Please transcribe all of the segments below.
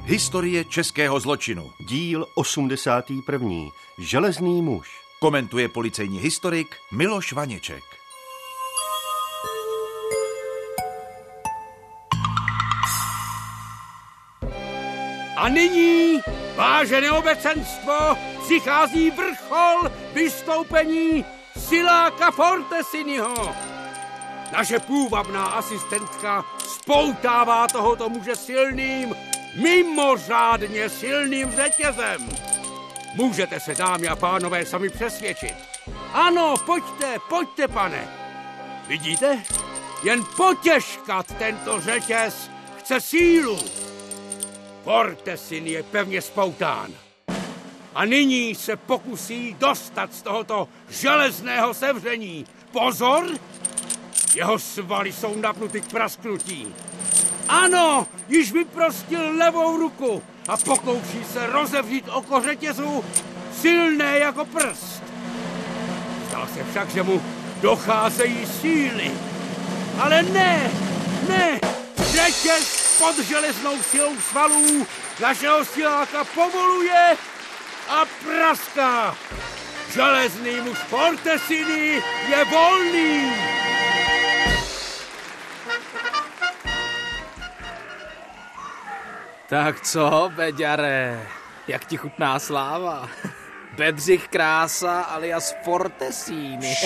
Historie českého zločinu. Díl 81. Železný muž. Komentuje policejní historik Miloš Vaněček. A nyní, vážené obecenstvo, přichází vrchol vystoupení siláka Fortesiniho. Naše půvabná asistentka spoutává tohoto muže silným, mimořádně silným řetězem. Můžete se, dámy a pánové, sami přesvědčit. Ano, pojďte, pane. Vidíte? Jen potěžkat tento řetěz chce sílu. Fortesin je pevně spoután. A nyní se pokusí dostat z tohoto železného sevření. Pozor! Jeho svaly jsou napnuty k prasknutí. Ano, již vyprostil levou ruku a pokouší se rozevřít oko řetězu, silné jako prst. Zdá se však, že mu docházejí síly. Ale ne! Řetěz pod železnou silou svalů našeho siláka povoluje a praská. Železný muž Fortesini je volný. Tak co, Beďare, jak ti chutná sláva? Bedřich Krása alias Fortesini.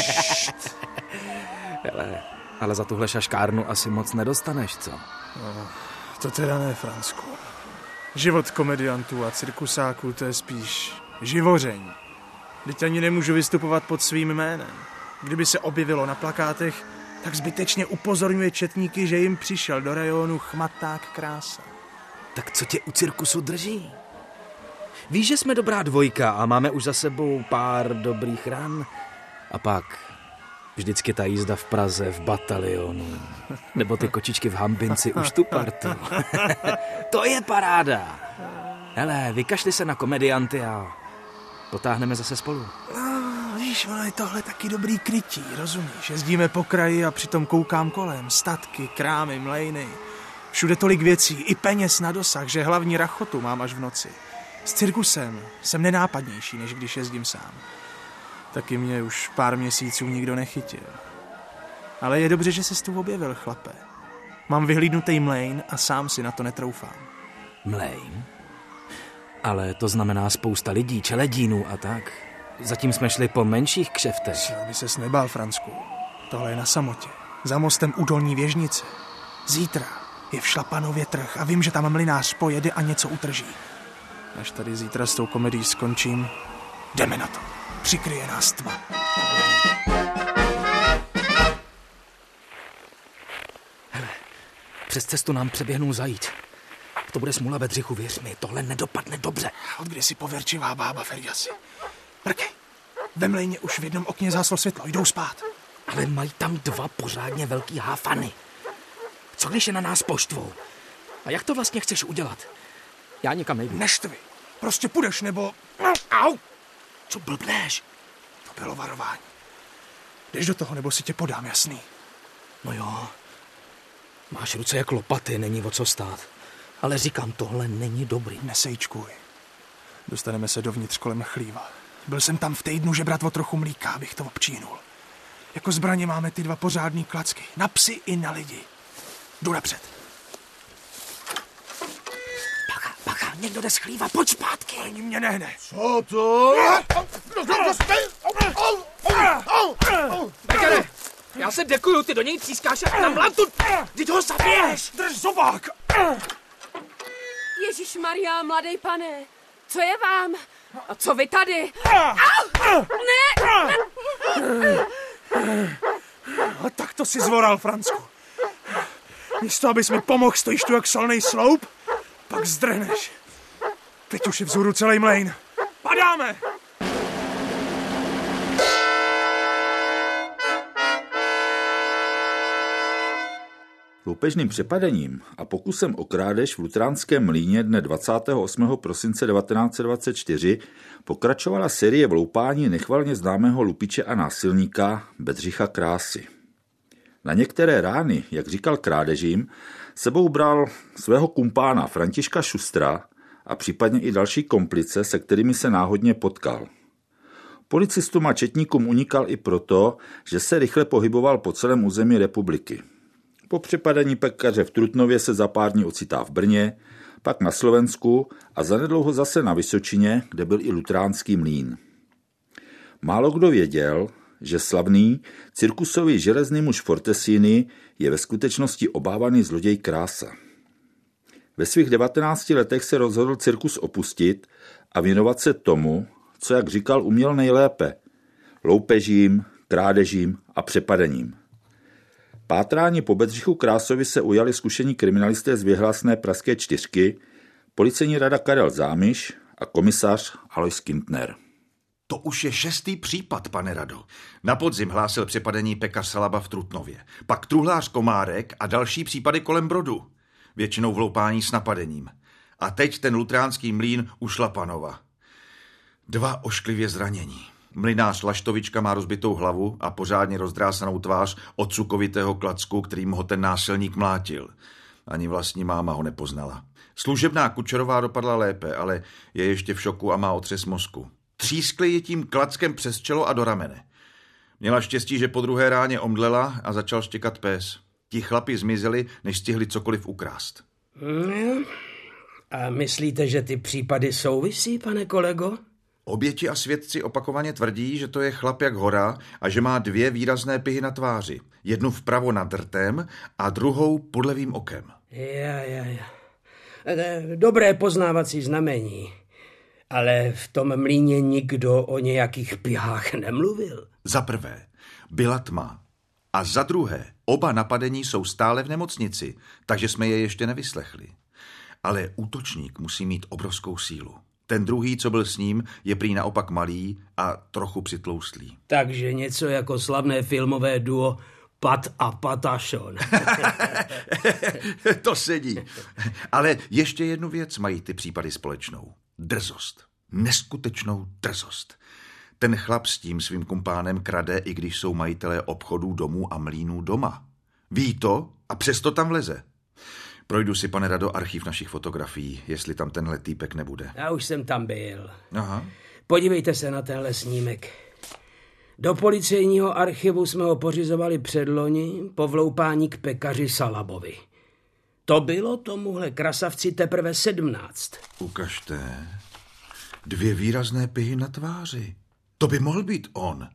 ale za tuhle šaškárnu asi moc nedostaneš, co? No, to teda ne, Francku. Život komediantů a cirkusáků, to je spíš živoření. Teď ani nemůžu vystupovat pod svým jménem. Kdyby se objevilo na plakátech, tak zbytečně upozorňuje četníky, že jim přišel do rajonu chmaták Krása. Tak co tě u cirkusu drží? Víš, že jsme dobrá dvojka a máme už za sebou pár dobrých ran? A pak vždycky ta jízda v Praze v batalionu. Nebo ty kočičky v Hambinci už tu partu. To je paráda. Hele, vykašli se na komedianty a potáhneme zase spolu. No, víš, ono je tohle taky dobrý krytí, rozumíš? Jezdíme po kraji a přitom koukám kolem. Statky, krámy, mlejny. Všude tolik věcí, i peněz na dosah, že hlavní rachotu mám až v noci. S cirkusem jsem nenápadnější, než když jezdím sám. Taky mě už pár měsíců nikdo nechytil. Ale je dobře, že se tu objevil, chlape. Mám vyhlídnutý mlejn a sám si na to netroufám. Mlejn? Ale to znamená spousta lidí, čeledínů a tak. Zatím jsme šli po menších kšeftech. By ses nebál, Francku. Tohle je na samotě. Za mostem u Dolní Věžnice. Zítra je v Šlapanově trh a vím, že tam mlynář pojede a něco utrží. Až tady zítra s tou komedií skončím, jdeme na to. Přikryje nás tma. Hele, přes cestu nám přeběhnul zajít. To bude smůla, Bedřichu, věř mi, tohle nedopadne dobře. Od kdy si pověrčivá bába, Ferjasi? Mrkej, ve mlejně už v jednom okně zhaslo světlo, jdou spát. Ale mají tam dva pořádně velký háfany. Co když je na nás poštvou? A jak to vlastně chceš udělat? Já nikam nejdu. Neštvi, prostě půjdeš, nebo... Au! Co blbneš? To bylo varování. Jdeš do toho, nebo si tě podám, jasný? No jo. Máš ruce jak lopaty, není o co stát. Ale říkám, tohle není dobrý. Nesejčkuj. Dostaneme se dovnitř kolem chlíva. Byl jsem tam v týdnu žebrat o trochu mlíka, abych to občínul. Jako zbraně máme ty dva pořádný klacky. Na psy i na lidi. Jdu napřed. Bacha, někdo jde z chlíva, pojď zpátky. Ani mě nehne. Co to? Beďare, já se dekuju, ty do něj třískáš a na mlantu, ty toho zabiješ. Drž zobák. Ježišmarja, mladej pane, co je vám? A co vy tady? Ne! A tak to si zvoral, Francku. Místo, abys mi pomohl, stojíš tu jak solnej sloup, pak zdrhneš. Teď už je vzhůru celý mlejn. Padáme! Loupežným přepadením a pokusem o krádež v Lutránském mlýně dne 28. prosince 1924 pokračovala série vloupání nechvalně známého lupiče a násilníka Bedřicha Krásy. Na některé rány, jak říkal krádežím, sebou bral svého kumpána Františka Šustra a případně i další komplice, se kterými se náhodně potkal. Policistům a četníkům unikal i proto, že se rychle pohyboval po celém území republiky. Po přepadení pekaře v Trutnově se za pár dní ocitá v Brně, pak na Slovensku a zanedlouho zase na Vysočině, kde byl i lutránský mlýn. Málo kdo věděl, že slavný cirkusový železný muž Fortesíny je ve skutečnosti obávaný zloděj Krása. Ve svých 19 letech se rozhodl cirkus opustit a věnovat se tomu, co, jak říkal, uměl nejlépe – loupežím, krádežím a přepadením. Pátrání po Bedřichu Krásovi se ujali zkušení kriminalisté z věhlasné pražské čtyřky, policejní rada Karel Zámiš a komisař Alois Kintner. To už je 6. případ, pane Rado. Na podzim hlásil přepadení pekař Salaba v Trutnově, pak truhlář Komárek a další případy kolem Brodu. Většinou vloupání s napadením. A teď ten lutránský mlýn u Šlapanova. 2 ošklivě zranění. Mlynář Laštovička má rozbitou hlavu a pořádně rozdrásanou tvář od cukovitého klacku, kterým ho ten násilník mlátil. Ani vlastní máma ho nepoznala. Služebná Kučerová dopadla lépe, ale je ještě v šoku a má otřes mozku. Třískli ji tím klackem přes čelo a do ramene. Měla štěstí, že po druhé ráně omdlela a začal štěkat pes. Ti chlapi zmizeli, než stihli cokoliv ukrást. A myslíte, že ty případy souvisí, pane kolego? Oběti a svědci opakovaně tvrdí, že to je chlap jak hora a že má 2 výrazné pihy na tváři. Jednu vpravo nad rtem a druhou pod levým okem. Dobré poznávací znamení. Ale v tom mlýně nikdo o nějakých pihách nemluvil. Za prvé, byla tma. A za druhé, oba napadení jsou stále v nemocnici, takže jsme je ještě nevyslechli. Ale útočník musí mít obrovskou sílu. Ten druhý, co byl s ním, je prý naopak malý a trochu přitloustlý. Takže něco jako slavné filmové duo Pat a Patašon. To sedí. Ale ještě jednu věc mají ty případy společnou. Drzost. Neskutečnou drzost. Ten chlap s tím svým kumpánem krade, i když jsou majitelé obchodů, domů a mlýnů doma. Ví to a přesto tam vleze. Projdu si, pane Rado, archiv našich fotografií, jestli tam tenhle týpek nebude. Já už jsem tam byl. Aha. Podívejte se na tenhle snímek. Do policejního archivu jsme ho pořizovali předloni po vloupání k pekaři Salabovi. To bylo tomuhle krasavci teprve 17. Ukažte. 2 výrazné pihy na tváři. To by mohl být on.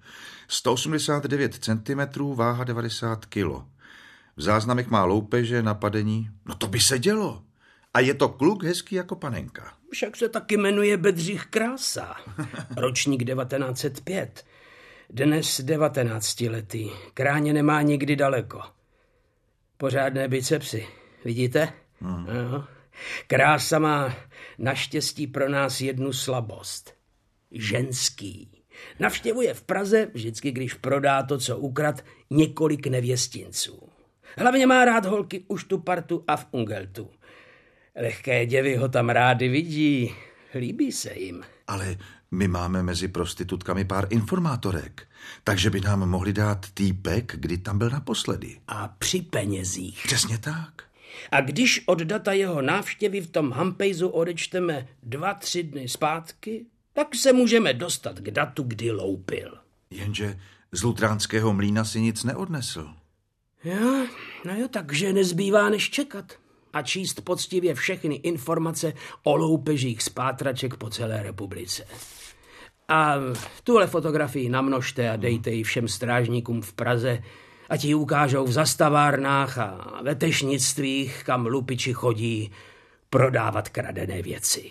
189 cm, váha 90 kg. V záznamech má loupeže, napadení. No to by se dělo. A je to kluk hezký jako panenka. Však se taky jmenuje Bedřich Krása. Ročník 1905. Dnes 19letý. Kráně nemá nikdy daleko. Pořádné bicepsy. Vidíte? No. Krása má naštěstí pro nás jednu slabost. Ženský. Navštěvuje v Praze, vždycky když prodá to, co ukrad, několik nevěstinců. Hlavně má rád holky u Štupartu a v Ungeltu. Lehké děvy ho tam rády vidí. Líbí se jim. Ale my máme mezi prostitutkami pár informátorek, takže by nám mohli dát týpek, kdy tam byl naposledy. A při penězích. Přesně tak. A když od data jeho návštěvy v tom Hampejzu odečteme 2-3 dny zpátky, tak se můžeme dostat k datu, kdy loupil. Jenže z lutránského mlýna si nic neodnesl. Jo, takže nezbývá než čekat a číst poctivě všechny informace o loupežích z pátraček po celé republice. A tuhle fotografii namnožte a dejte ji všem strážníkům v Praze, ať ji ukážou v zastavárnách a ve tešnictvích, kam lupiči chodí prodávat kradené věci.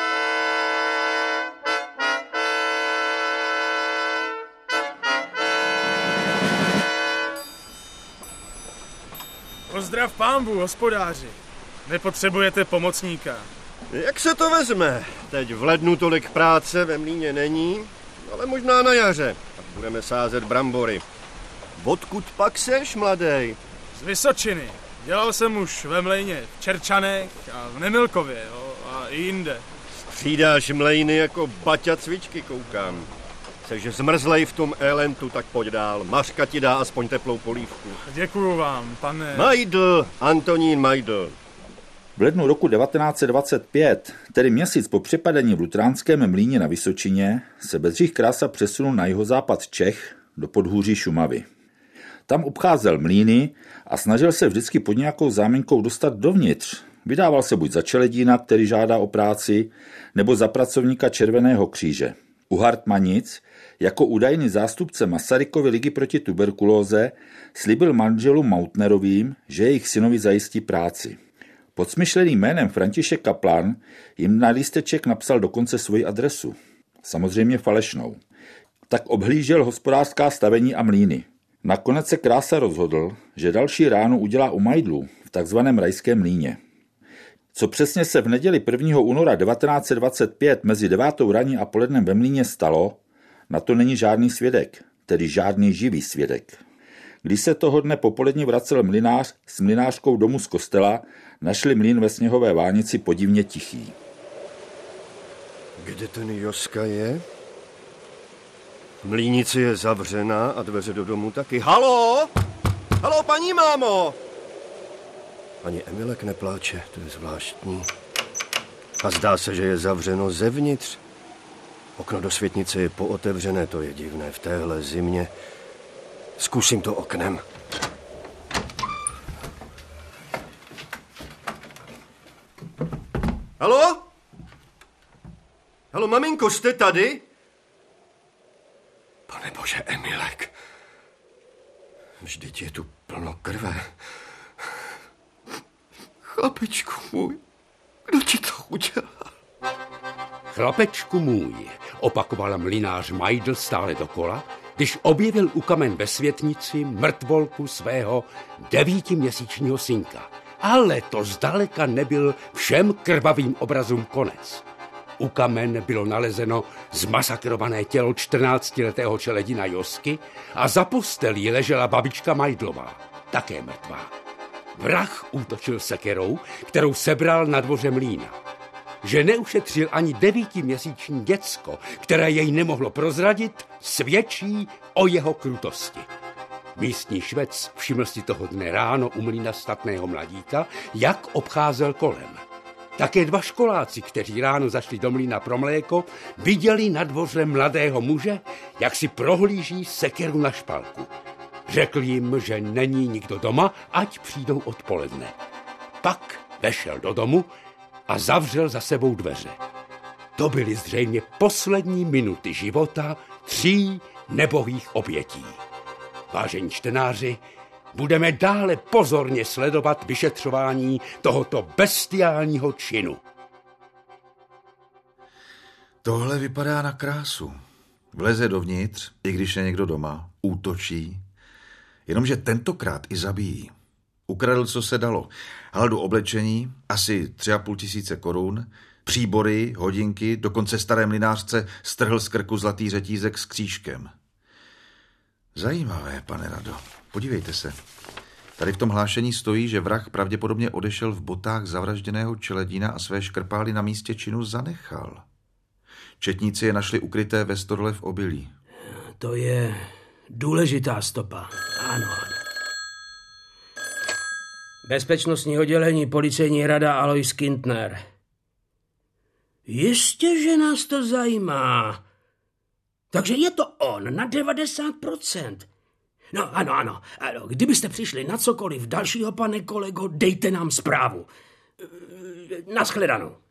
Pozdrav pánbu, hospodáři. Nepotřebujete pomocníka. Jak se to vezme? Teď v lednu tolik práce ve mlýně není, ale možná na jaře. Tak budeme sázet brambory. Odkud pak seš, mladej? Z Vysočiny. Dělal jsem už ve mlejně v Čerčanech a v Nemilkově, jo, a i jinde. Střídáš mlejny jako Baťa Cvičky, koukám. Seš zmrzlej v tom elentu, tak pojď dál. Mařka ti dá aspoň teplou polívku. Děkuju vám, pane... Majdl, Antonín Majdl. V lednu roku 1925, tedy měsíc po přepadení v Lutránském mlýně na Vysočině, se Bedřich Krása přesunul na jihozápad Čech do podhůří Šumavy. Tam obcházel mlýny a snažil se vždycky pod nějakou záminkou dostat dovnitř. Vydával se buď za čeledína, který žádá o práci, nebo za pracovníka Červeného kříže. U Hartmanic, jako údajný zástupce Masarykovy ligy proti tuberkulóze, slibil manželům Mautnerovým, že jejich synovi zajistí práci. Pod smyšleným jménem František Kaplan jim na lísteček napsal dokonce svoji adresu. Samozřejmě falešnou. Tak obhlížel hospodářská stavení a mlýny. Nakonec se Krása rozhodl, že další ráno udělá u Majdlů v takzvaném Rajském mlýně. Co přesně se v neděli 1. února 1925 mezi 9. raní a polednem ve mlýně stalo, na to není žádný svědek, tedy žádný živý svědek. Když se toho dne popolední vracel mlynář s mlynářkou domů z kostela, našli mlýn ve Sněhové Vánici podivně tichý. Kde ten Joska je? Mlýnice je zavřená a dveře do domu taky. Haló? Haló, paní mámo! Ani Emilek nepláče, to je zvláštní. A zdá se, že je zavřeno zevnitř. Okno do světnice je pootevřené, to je divné v téhle zimě. Zkusím to oknem. Haló? Haló, maminko, jste tady? Pane bože, Emilek. Vždyť je tu plno krve. Chlapečku můj, kdo ti to udělal? Chlapečku můj, opakoval mlynář Majdl stále dokola, když objevil u kamen ve světnici mrtvolku svého 9měsíčního synka. Ale to zdaleka nebyl všem krvavým obrazům konec. U kamen bylo nalezeno zmasakrované tělo 14letého čeledina Josky a za postelí ležela babička Majdlová, také mrtvá. Vrah útočil sekerou, kterou sebral na dvoře mlýna. Že neušetřil ani 9měsíční děcko, které jej nemohlo prozradit, svědčí o jeho krutosti. Místní švec všiml si toho dne ráno u mlýna statného mladíka, jak obcházel kolem. Také 2 školáci, kteří ráno zašli do mlýna pro mléko, viděli na dvoře mladého muže, jak si prohlíží sekeru na špalku. Řekl jim, že není nikdo doma, ať přijdou odpoledne. Pak vešel do domu a zavřel za sebou dveře. To byly zřejmě poslední minuty života 3 nebohých obětí. Vážení čtenáři, budeme dále pozorně sledovat vyšetřování tohoto bestiálního činu. Tohle vypadá na krásu. Vleze dovnitř, i když je někdo doma, útočí, jenomže tentokrát i zabíjí. Ukradl, co se dalo. Haldu oblečení, asi 3,5 tisíce korun, příbory, hodinky, dokonce staré mlynářce strhl z krku zlatý řetízek s křížkem. Zajímavé, pane Rado. Podívejte se. Tady v tom hlášení stojí, že vrah pravděpodobně odešel v botách zavražděného čeledína a své škrpály na místě činu zanechal. Četníci je našli ukryté ve stodole v obilí. To je důležitá stopa. Ano. Bezpečnostní oddělení, policejní rada Alois Kintner. Jistě, že nás to zajímá. Takže je to on na 90%. No, ano. Kdybyste přišli na cokoliv dalšího, pane kolego, dejte nám zprávu. Naschledanou.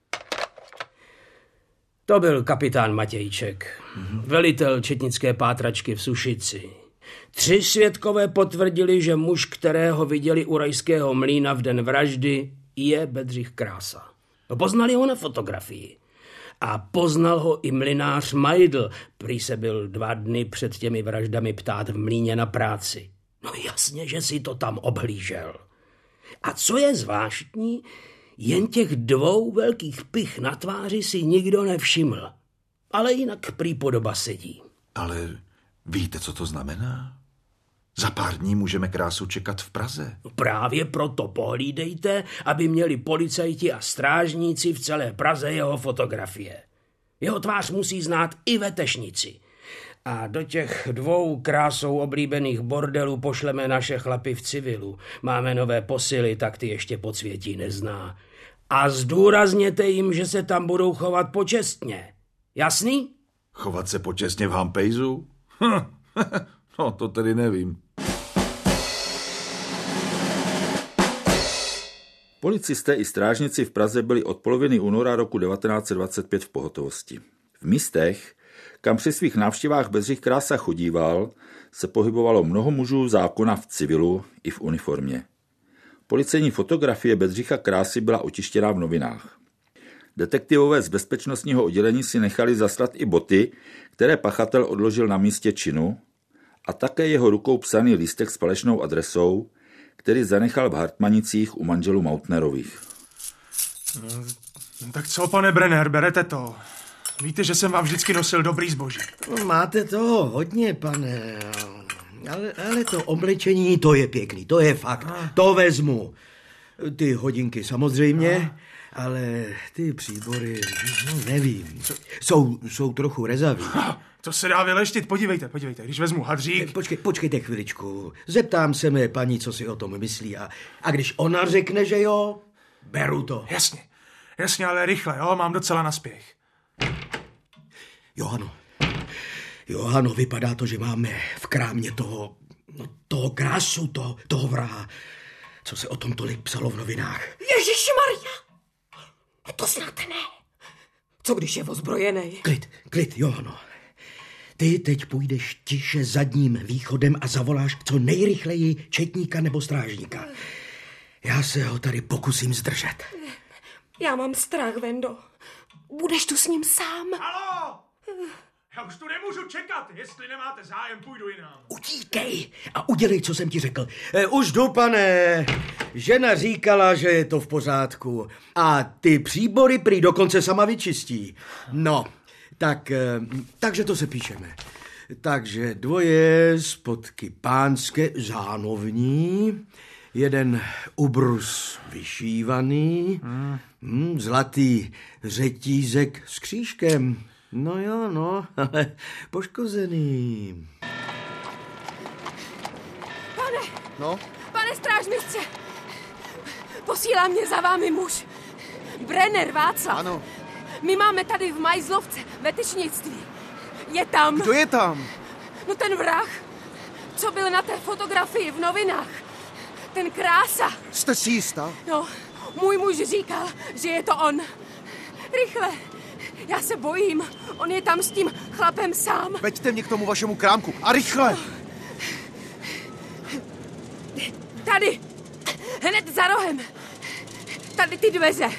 To byl kapitán Matějček, velitel četnické pátračky v Sušici. 3 svědkové potvrdili, že muž, kterého viděli u Rajského mlýna v den vraždy, je Bedřich Krása. Poznali ho na fotografii. A poznal ho i mlynář Majdl, prý se byl 2 dny před těmi vraždami ptát v mlýně na práci. No jasně, že si to tam obhlížel. A co je zvláštní, jen těch 2 velkých pich na tváři si nikdo nevšiml. Ale jinak prý podoba sedí. Ale víte, co to znamená? Za pár dní můžeme Krásu čekat v Praze. Právě proto pohlídejte, aby měli policajti a strážníci v celé Praze jeho fotografie. Jeho tvář musí znát i vetešnici. A do těch 2 krásou oblíbených bordelů pošleme naše chlapy v civilu. Máme nové posily, tak ty ještě podsvětí nezná. A zdůrazněte jim, že se tam budou chovat počestně. Jasný? Chovat se počestně v Hampejzu? No, to tedy nevím. Policisté i strážníci v Praze byli od poloviny února roku 1925 v pohotovosti. V místech, kam při svých návštěvách Bedřich Krása chodíval, se pohybovalo mnoho mužů zákona v civilu i v uniformě. Policejní fotografie Bedřicha Krásy byla otištěná v novinách. Detektivové z bezpečnostního oddělení si nechali zaslat i boty, které pachatel odložil na místě činu, a také jeho rukou psaný lístek s falešnou adresou, který zanechal v Hartmanicích u manželů Mautnerových. Tak co, pane Brenner, berete to? Víte, že jsem vám vždycky nosil dobrý zboží. Máte toho hodně, pane. Ale to oblečení, to je pěkný, to je fakt. To vezmu. Ty hodinky samozřejmě, ale ty příbory, nevím. Jsou trochu rezaví. To se dá vyleštit, podívejte, když vezmu hadřík... Počkejte chviličku. Zeptám se mé paní, co si o tom myslí, a když ona řekne, že jo, beru to. Jasně, ale rychle, jo, mám docela naspěch. Johano, vypadá to, že máme v krámě toho Krásu, toho vraha, co se o tom tolik psalo v novinách. Ježišmarja! To snad ne. Co když je ozbrojený? Klid, Johano. Ty teď půjdeš tiše zadním východem a zavoláš co nejrychleji četníka nebo strážníka. Já se ho tady pokusím zdržet. Já mám strach, Vendo. Budeš tu s ním sám? Haló! Já už tu nemůžu čekat. Jestli nemáte zájem, půjdu jinam. Utíkej a udělej, co jsem ti řekl. Už jdu, pane. Žena říkala, že je to v pořádku. A ty příbory prý dokonce sama vyčistí. No, takže to se píšeme. Takže 2 spodky pánské zánovní, 1 ubrus vyšívaný, zlatý řetízek s křížkem. No jo, ale poškozený. Pane strážmistře, posílá mě za vámi muž. Brenner Václav. Ano. My máme tady v Majzlovce vetečnictví. Je tam. Kdo je tam? No ten vrah, co byl na té fotografii v novinách. Ten Krása. Jste si jistá? No, můj muž říkal, že je to on. Rychle, já se bojím. On je tam s tím chlapem sám. Veďte mě k tomu vašemu krámku a rychle! Tady, hned za rohem. Tady ty dveře.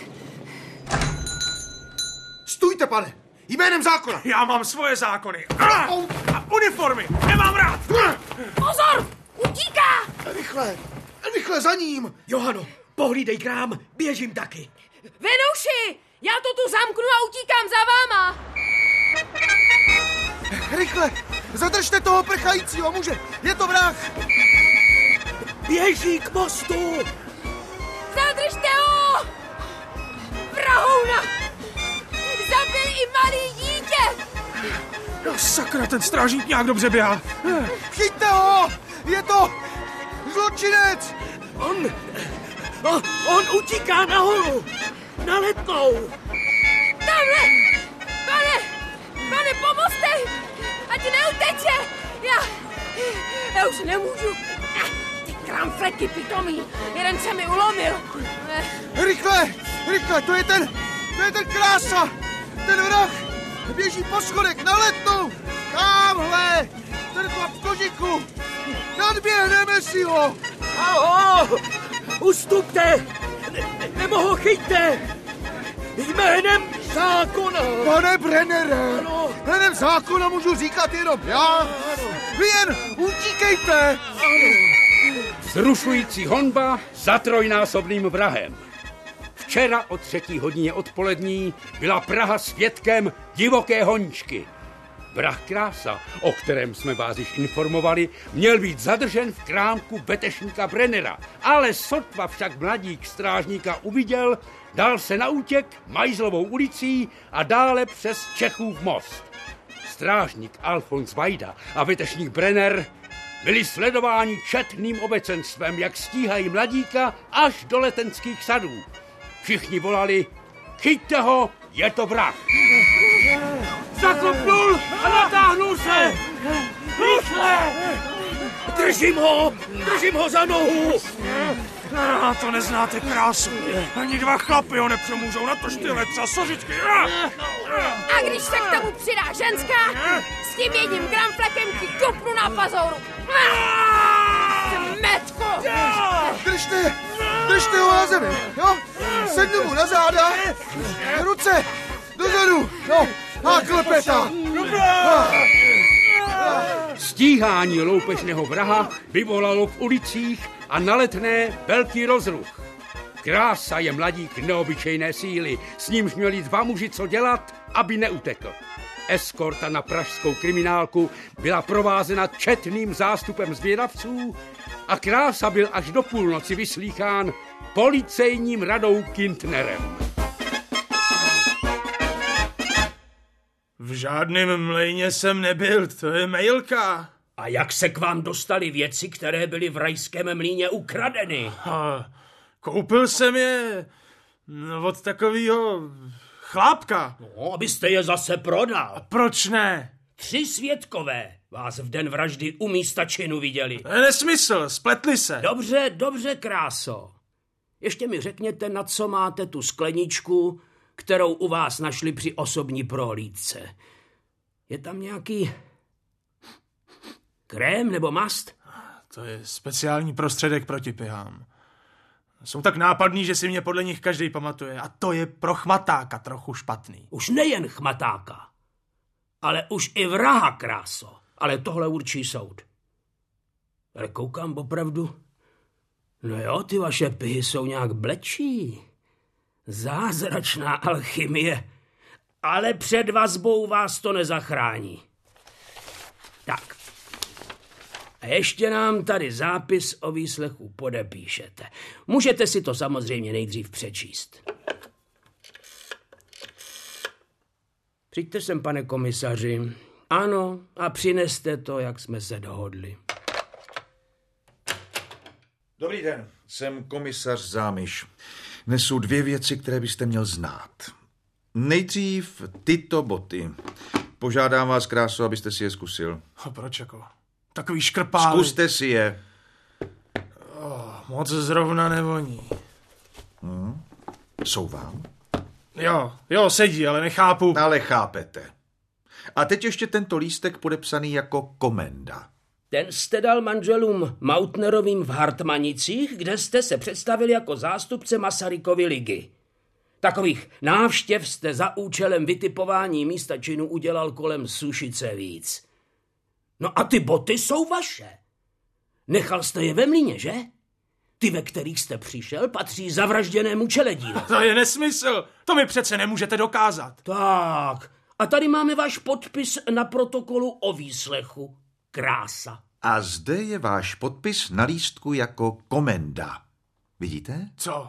Stůjte, pane! Jménem zákona! Já mám svoje zákony. A uniformy! Nemám rád! Pozor! Utíká! Rychle za ním! Johano, pohlídej krám, běžím taky. Venouši, já to tu zamknu a utíkám za váma. Rychle! Zadržte toho prchajícího muže! Je to vrah! Běží k mostu! Zadržte ho! Vrahouna! Zabil i malý dítě! No sakra, ten strážník nějak dobře běhá. Chyťte ho! Je to zločinec! On utíká nahoru! Na Letnou! Tamhle! Pane, pomozte! Ať neuteče! Já už nemůžu. Ty kramfleky pitomí! Jeden se mi ulomil. Rychle! To je ten Krása! Ten vrah! Běží po schodech na Letnou! Tamhle! Ten chlap v kožiku! Nadběhneme si ho! Aho! Ustupte! Nebo ho chyťte! Jménem zákona! Pane Brennere! Jménem zákona můžu říkat jenom já! Vy jen utíkejte! Zrušující honba za trojnásobným vrahem. Včera o 3:00 odpolední byla Praha svědkem divoké honičky. Vrah Krása, o kterém jsme vás již informovali, měl být zadržen v krámku vetešníka Brennera, ale sotva však mladík strážníka uviděl, dal se na útěk Majzlovou ulicí a dále přes Čechův most. strážník Alfons Vajda a vetešník Brenner byli sledováni četným obecenstvem, jak stíhají mladíka až do letenských sadů. Všichni volali, chyťte ho, je to vrah. Zakopnul a natáhnul se. Rychle! Držím ho za nohu! A to neznáte krásu. Ani dva chlapy ho nepřemůžou, na to štylec a sořičky. A když se k tomu přidá ženská, s tím jedním gramflekem ti dupnu na pazouru. Metko! Držte ho na zemi, jo? Sednu mu na záda, ruce dozadu, no, a klepeta. Stíhání loupežného vraha vyvolalo v ulicích a na Letné velký rozruch. Krása je mladík neobyčejné síly, s nímž měli dva muži co dělat, aby neutekl. Eskorta na pražskou kriminálku byla provázena četným zástupem zvědavců a Krása byl až do půlnoci vyslýchán policejním radou Kintnerem. V žádném mlejně jsem nebyl, to je mejlka. A jak se k vám dostaly věci, které byly v rajském mlýně ukradeny? Koupil jsem je od takového chlápka. No, abyste je zase prodal. A proč ne? 3 svědkové vás v den vraždy u místa činu viděli. To je nesmysl, spletli se. Dobře, kráso. Ještě mi řekněte, na co máte tu skleničku, kterou u vás našli při osobní prohlídce. Je tam nějaký krém nebo mast? To je speciální prostředek proti pihám. Jsou tak nápadný, že si mě podle nich každý pamatuje. A to je pro chmatáka trochu špatný. Už nejen chmatáka, ale už i vraha, kráso. Ale tohle určí soud. Ale koukám opravdu. No jo, ty vaše pihy jsou nějak blečí. Zázračná alchymie. Ale před vazbou vás to nezachrání. Tak. A ještě nám tady zápis o výslechu podepíšete. Můžete si to samozřejmě nejdřív přečíst. Přijďte sem, pane komisaři. Ano, a přineste to, jak jsme se dohodli. Dobrý den, jsem komisař Zámiš. Nesu 2 věci, které byste měl znát. Nejdřív tyto boty. Požádám vás, kráso, abyste si je zkusil. A proč jako? Takový škrpálý. Zkuste si je. Moc zrovna nevoní. Jsou vám? Jo, sedí, ale nechápu. Ale chápete. A teď ještě tento lístek podepsaný jako komenda. Ten jste dal manželům Mautnerovým v Hartmanicích, kde jste se představili jako zástupce Masarykovy ligy. Takových návštěv jste za účelem vytipování místa činu udělal kolem Sušice víc. No a ty boty jsou vaše. Nechal jste je ve mlýně, že? Ty, ve kterých jste přišel, patří zavražděnému čeledínu. To je nesmysl. To mi přece nemůžete dokázat. Tak, a tady máme váš podpis na protokolu o výslechu. Krása. A zde je váš podpis na lístku jako komenda. Vidíte?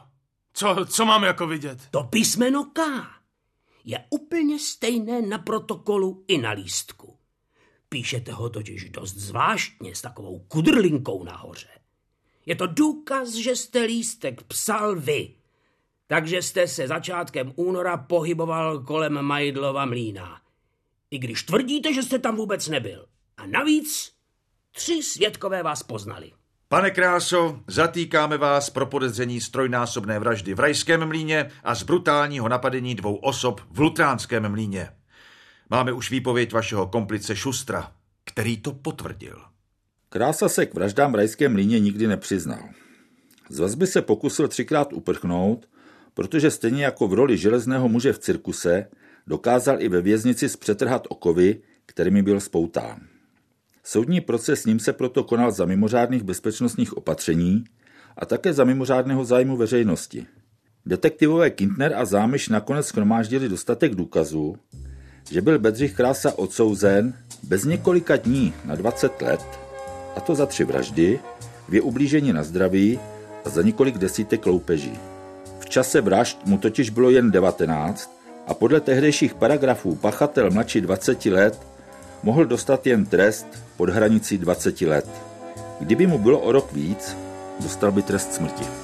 Co mám jako vidět? To písmeno K je úplně stejné na protokolu i na lístku. Píšete ho totiž dost zvláštně s takovou kudrlinkou nahoře. Je to důkaz, že jste lístek psal vy. Takže jste se začátkem února pohyboval kolem Majdlova mlýna. I když tvrdíte, že jste tam vůbec nebyl. A navíc 3 svědkové vás poznali. Pane Kráso, zatýkáme vás pro podezření z 3násobné vraždy v Rajském mlýně a z brutálního napadení 2 osob v Lutránském mlýně. Máme už výpověď vašeho komplice Šustra, který to potvrdil. Krása se k vraždám v Rajském mlýně nikdy nepřiznal. Z vazby se pokusil 3krát uprchnout, protože stejně jako v roli železného muže v cirkuse dokázal i ve věznici zpřetrhat okovy, kterými byl spoután. Soudní proces s ním se proto konal za mimořádných bezpečnostních opatření a také za mimořádného zájmu veřejnosti. Detektivové Kintner a Zámiš nakonec shromáždili dostatek důkazů, že byl Bedřich Krása odsouzen bez několika dní na 20 let, a to za 3 vraždy, 2 ublížení na zdraví a za několik desítek loupeží. V čase vražd mu totiž bylo jen 19 a podle tehdejších paragrafů pachatel mladší 20 let mohl dostat jen trest pod hranicí 20 let. Kdyby mu bylo o rok víc, dostal by trest smrti.